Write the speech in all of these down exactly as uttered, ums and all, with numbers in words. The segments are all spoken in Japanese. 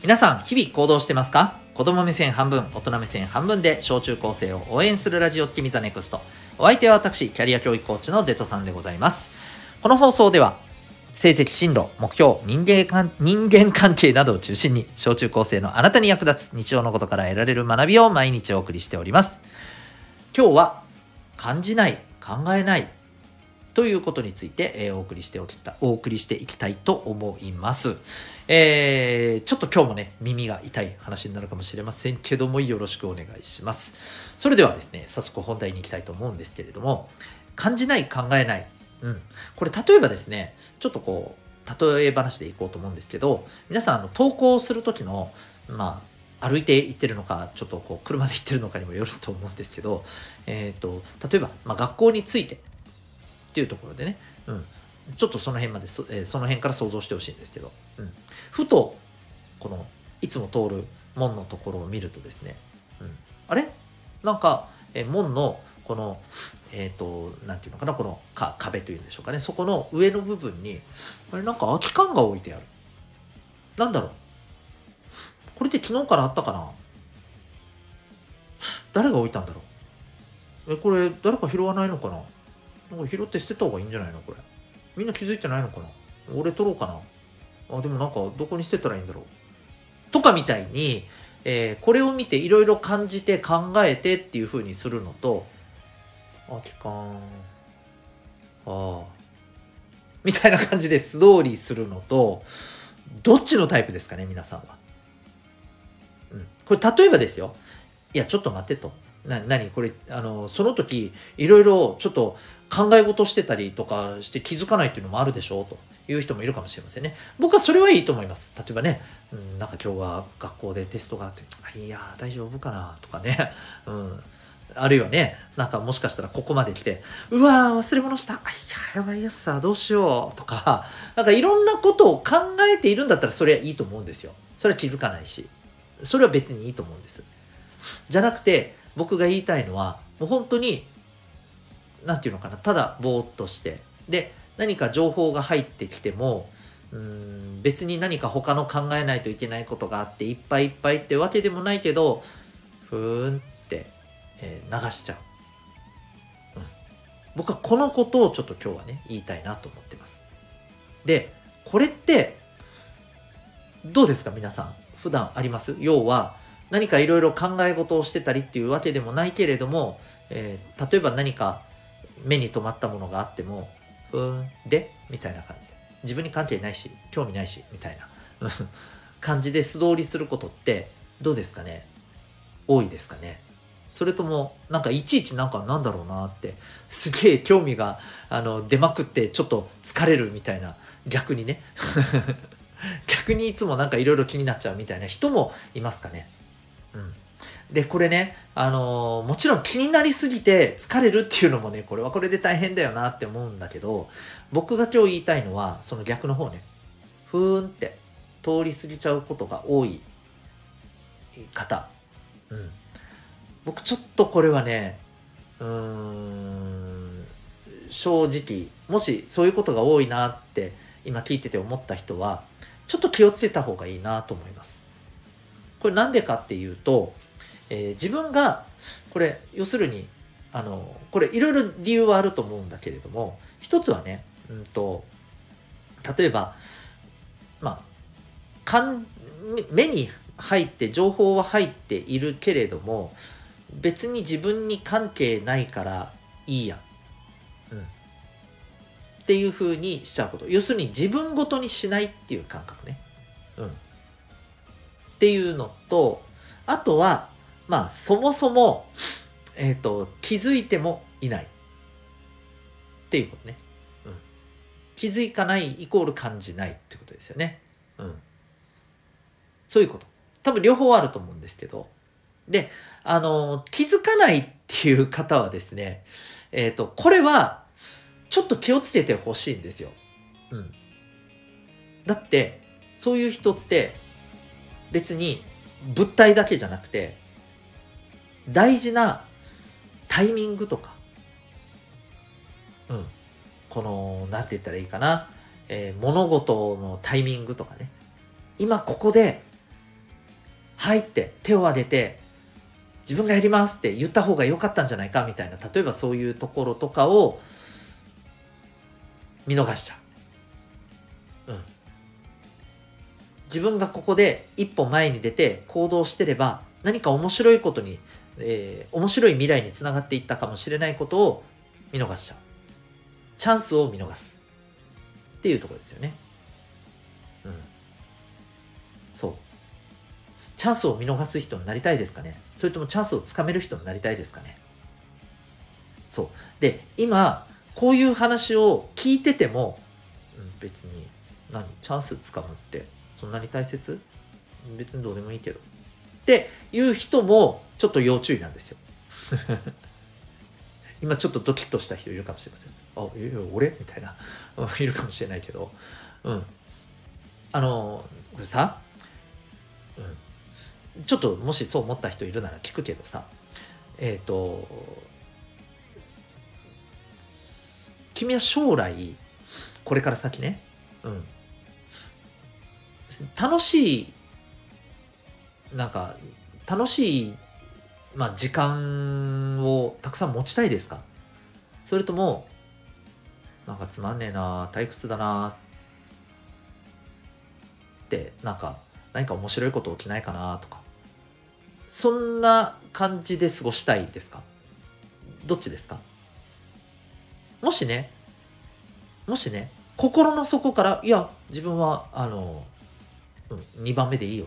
皆さん、日々行動してますか？子供目線半分、大人目線半分で小中高生を応援するラジオ君ザネクスト。お相手は私、キャリア教育コーチのデトさんでございます。この放送では、成績、進路、目標、人間関人間関係などを中心に、小中高生のあなたに役立つ日常のことから得られる学びを毎日お送りしております。今日は、感じない、考えないということについて、えー、お送りしておきたお送りしていきたいと思います。えー、ちょっと今日もね、耳が痛い話になるかもしれませんけども、よろしくお願いします。それではですね、早速本題に行きたいと思うんですけれども、感じない、考えない。うん。これ例えばですね、ちょっとこう、例え話でいこうと思うんですけど、皆さん、あの、登校する時の、まあ、歩いて行ってるのか、ちょっとこう、車で行ってるのかにもよると思うんですけど、えっと、例えば、まあ、学校について、っていうところでね、うん、ちょっとその辺まで そ,、えー、その辺から想像してほしいんですけど、うん、ふとこのいつも通る門のところを見るとですね、うん、あれなんか、えー、門のこのえっ、ー、となんていうのかな、このか壁というんでしょうかね、そこの上の部分にあれなんか空き缶が置いてある。なんだろう、これって昨日からあったかな、誰が置いたんだろう、えこれ誰か拾わないのかな、なんか拾って捨てた方がいいんじゃないのこれ。みんな気づいてないのかな、俺取ろうかな、あでもなんかどこに捨てたらいいんだろうとかみたいに、えー、これを見ていろいろ感じて考えてっていう風にするのと、あ期間ああみたいな感じで素通りするのと、どっちのタイプですかね皆さんは。うん、これ例えばですよ、いやちょっと待ってと、な何これ、あのその時いろいろちょっと考え事してたりとかして気づかないっていうのもあるでしょうという人もいるかもしれませんね。僕はそれはいいと思います。例えばね、うん、なんか今日は学校でテストがあって、あいや大丈夫かなとかね、うん、あるいはね、なんかもしかしたらここまで来て、うわー忘れ物した、あいややばいやつさどうしようとか、なんかいろんなことを考えているんだったらそれはいいと思うんですよ。それは気づかないし、それは別にいいと思うんです。じゃなくて、僕が言いたいのは、もう本当に、なんていうのかな、ただぼーっとして、で、何か情報が入ってきても、うーん、別に何か他の考えないといけないことがあって、いっぱいいっぱいってわけでもないけど、ふーんって、えー流しちゃう、うん。僕はこのことをちょっと今日はね、言いたいなと思ってます。で、これって、どうですか皆さん。普段あります？要は、何かいろいろ考え事をしてたりっていうわけでもないけれども、えー、例えば何か目に留まったものがあっても、うーん、でみたいな感じで。自分に関係ないし、興味ないし、みたいな感じで素通りすることってどうですかね？多いですかね？それとも、なんかいちいちなんかなんだろうなって、すげえ興味があの出まくってちょっと疲れるみたいな、逆にね逆にいつもなんかいろいろ気になっちゃうみたいな人もいますかね？うん、でこれね、あのー、もちろん気になりすぎて疲れるっていうのもね、これはこれで大変だよなって思うんだけど、僕が今日言いたいのはその逆の方ね、ふーんって通り過ぎちゃうことが多い方、うん、僕ちょっとこれはね、うーん、正直もしそういうことが多いなって今聞いてて思った人はちょっと気をつけた方がいいなと思います。これなんでかっていうと、えー、自分がこれ要するにあのこれいろいろ理由はあると思うんだけれども、一つはね、うんと例えばまあかん目に入って情報は入っているけれども、別に自分に関係ないからいいや、うん、っていう風にしちゃうこと、要するに自分ごとにしないっていう感覚ね、うん、っていうのと、あとはまあそもそもえっと気づいてもいないっていうことね、うん、気づかないイコール感じないってことですよね、うん、そういうこと、多分両方あると思うんですけど、であの気づかないっていう方はですね、えっとこれはちょっと気をつけてほしいんですよ、うん、だってそういう人って別に物体だけじゃなくて大事なタイミングとか、うん、このなんて言ったらいいかな、えー、物事のタイミングとかね、今ここではいって手を挙げて自分がやりますって言った方が良かったんじゃないかみたいな、例えばそういうところとかを見逃しちゃう。うん。自分がここで一歩前に出て行動してれば何か面白いことに、えー、面白い未来につながっていったかもしれないことを見逃しちゃう。チャンスを見逃すっていうところですよね。うん。そう。チャンスを見逃す人になりたいですかね。それともチャンスをつかめる人になりたいですかね。そう。で、今、こういう話を聞いてても、うん、別に、何チャンスつかむって、そんなに大切？別にどうでもいいけど。っていう人も、ちょっと要注意なんですよ。今ちょっとドキッとした人いるかもしれません。あ、え、俺みたいな。いるかもしれないけど。うん。あの、これさ、うん。ちょっともしそう思った人いるなら聞くけどさ、えっと、君は将来、これから先ね、うん、楽しい、なんか、楽しい、まあ、時間をたくさん持ちたいですか？それとも、なんかつまんねえな、退屈だな、って、なんか、何か面白いこと起きないかな、とか。そんな感じで過ごしたいですか？どっちですか？もしね、もしね、心の底から、いや、自分は、あの、うん、にばんめでいいよ。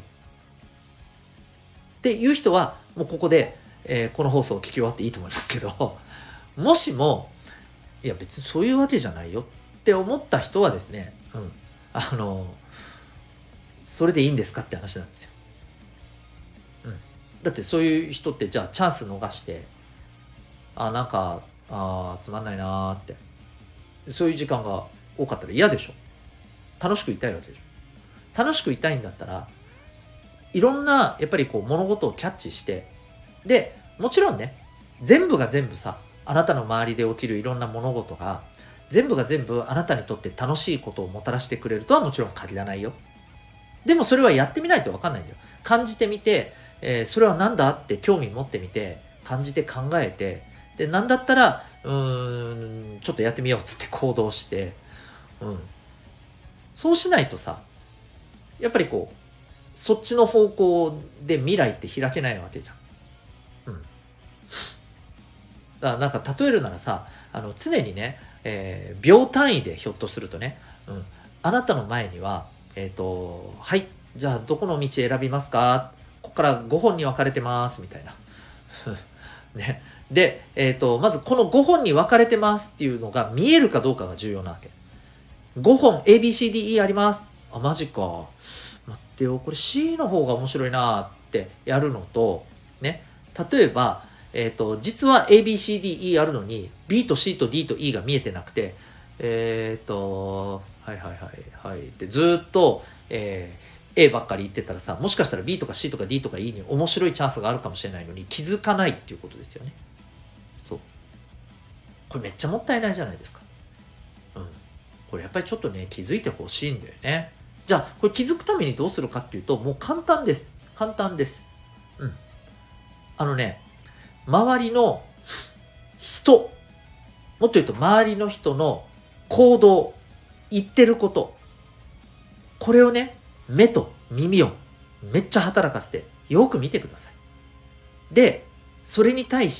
っていう人は、もうここで、えーこの放送を聞き終わっていいと思いますけど、もしも、いや、別にそういうわけじゃないよって思った人はですね、うん、あの、それでいいんですかって話なんですよ。うん。だってそういう人って、じゃあチャンス逃して、あ、なんか、あーつまんないなーって、そういう時間が多かったら嫌でしょ。楽しくいたいわけでしょ。楽しくいたいんだったら、いろんな、やっぱりこう物事をキャッチして、で、もちろんね、全部が全部さ、あなたの周りで起きるいろんな物事が、全部が全部あなたにとって楽しいことをもたらしてくれるとはもちろん限らないよ。でもそれはやってみないと分かんないんだよ。感じてみて、えーそれは何だって興味持ってみて、感じて考えて、で、なんだったら、うーん、ちょっとやってみようっつって行動して、うん。そうしないとさ、やっぱりこう、そっちの方向で未来って開けないわけじゃん。うん。だからなんか例えるならさ、あの常にね、えー秒単位でひょっとするとね、うん、あなたの前には、えっと、はい、じゃあどこの道選びますか？ここからごほんに分かれてますみたいな。ね。で、えっと、まずこのごほんに分かれてますっていうのが見えるかどうかが重要なわけ。ごほん エービーシーディーイー あります。あ、マジか。待ってよ、これ C の方が面白いなってやるのと、ね、例えば、えっと、実は エービーシーディーイー あるのに B と C と D と E が見えてなくて、えっと、はいはいはいはいってずっと、えー A ばっかり言ってたらさ、もしかしたら B とか C とか D とか E に面白いチャンスがあるかもしれないのに気づかないっていうことですよね。そう。これめっちゃもったいないじゃないですか。うん。これやっぱりちょっとね、気づいてほしいんだよね。じゃあ、これ気づくためにどうするかっていうと、もう簡単です。簡単です。うん。あのね、周りの人、もっと言うと周りの人の行動、言ってること、これをね、目と耳をめっちゃ働かせて、よく見てください。で、それに対して、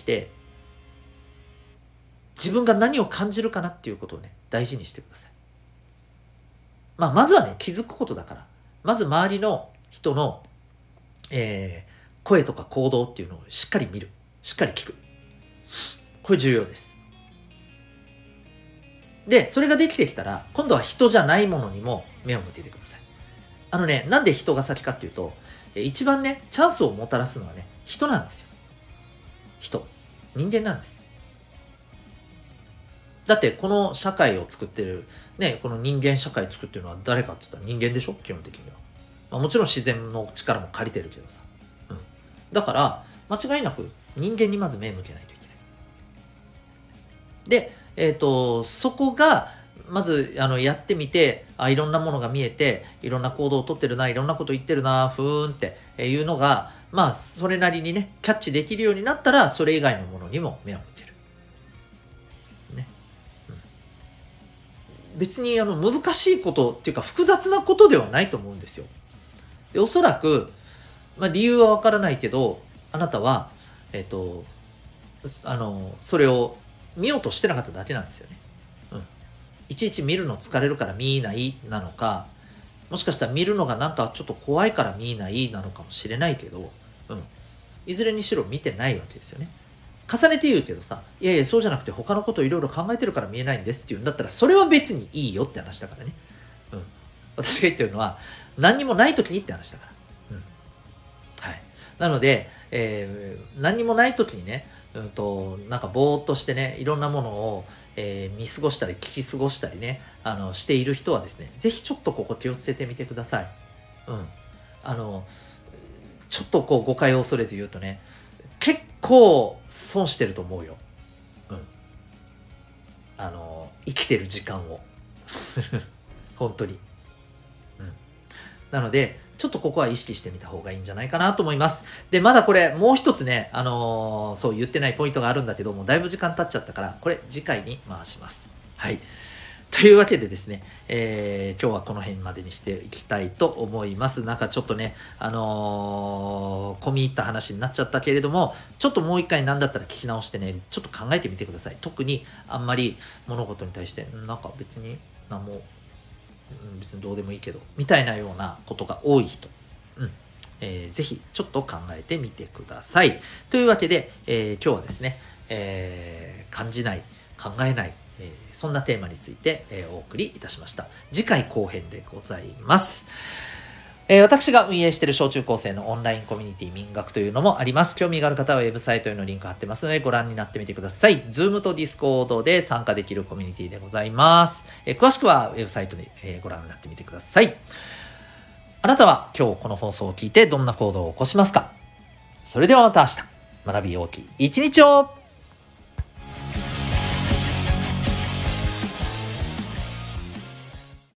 自分が何を感じるかなっていうことをね、大事にしてください。まあ、まずはね、気づくことだから。まず周りの人の、えー、声とか行動っていうのをしっかり見る。しっかり聞く。これ重要です。で、それができてきたら、今度は人じゃないものにも目を向けてください。あのね、なんで人が先かっていうと、一番ね、チャンスをもたらすのはね、人なんですよ。人。人間なんです。だって、この社会を作ってる、ね、この人間社会作ってるのは誰かって言ったら人間でしょ？基本的には。まあ、もちろん自然の力も借りてるけどさ。うん。だから、間違いなく人間にまず目向けないといけない。で、えっと、そこが、 まずあのやってみて、あいろんなものが見えて、いろんな行動をとってるな、いろんなこと言ってるな、ふーんっていうのが、まあそれなりにねキャッチできるようになったら、それ以外のものにも目を向ける。ね。うん、別にあの難しいことっていうか複雑なことではないと思うんですよ。で、おそらく、まあ、理由はわからないけど、あなたはえっとあのそれを見ようとしてなかっただけなんですよね。うん。いちいち見るの疲れるから見ないなのか、もしかしたら見るのがなんかちょっと怖いから見ないなのかもしれないけど、うん。いずれにしろ見てないわけですよね。重ねて言うけどさ、いやいやそうじゃなくて他のことをいろいろ考えてるから見えないんですっていうんだったら、それは別にいいよって話だからね。うん。私が言ってるのは、何にもない時にって話だから。うん。はい。なので、えー、何にもない時にね、うんと、なんかぼーっとしてね、いろんなものを、えー、見過ごしたり聞き過ごしたりね、あの、している人はですね、ぜひちょっとここ気をつけてみてください。うん。あの、ちょっとこう誤解を恐れず言うとね、結構損してると思うよ。うん。あの、生きてる時間を。本当に。うん。なので、ちょっとここは意識してみた方がいいんじゃないかなと思います。で、まだこれもう一つね、あのー、そう言ってないポイントがあるんだけども、だいぶ時間経っちゃったから、これ次回に回します。はい。というわけでですね、えー、今日はこの辺までにしていきたいと思います。なんかちょっとね、あのー、込み入った話になっちゃったけれども、ちょっともう一回なんだったら聞き直してね、ちょっと考えてみてください。特にあんまり物事に対して、なんか別に何も、別にどうでもいいけどみたいなようなことが多い人、うんえー、ぜひちょっと考えてみてください。というわけで、えー、今日はですね、えー、感じない、考えない、えー、そんなテーマについて、えー、お送りいたしました。次回後編でございます。えー、私が運営している小中高生のオンラインコミュニティ民学というのもあります。興味がある方はウェブサイトへのリンク貼ってますのでご覧になってみてください。Zoom と Discord で参加できるコミュニティでございます。えー、詳しくはウェブサイトで、えー、ご覧になってみてください。あなたは今日この放送を聞いてどんな行動を起こしますか？それではまた明日、学び大きい一日を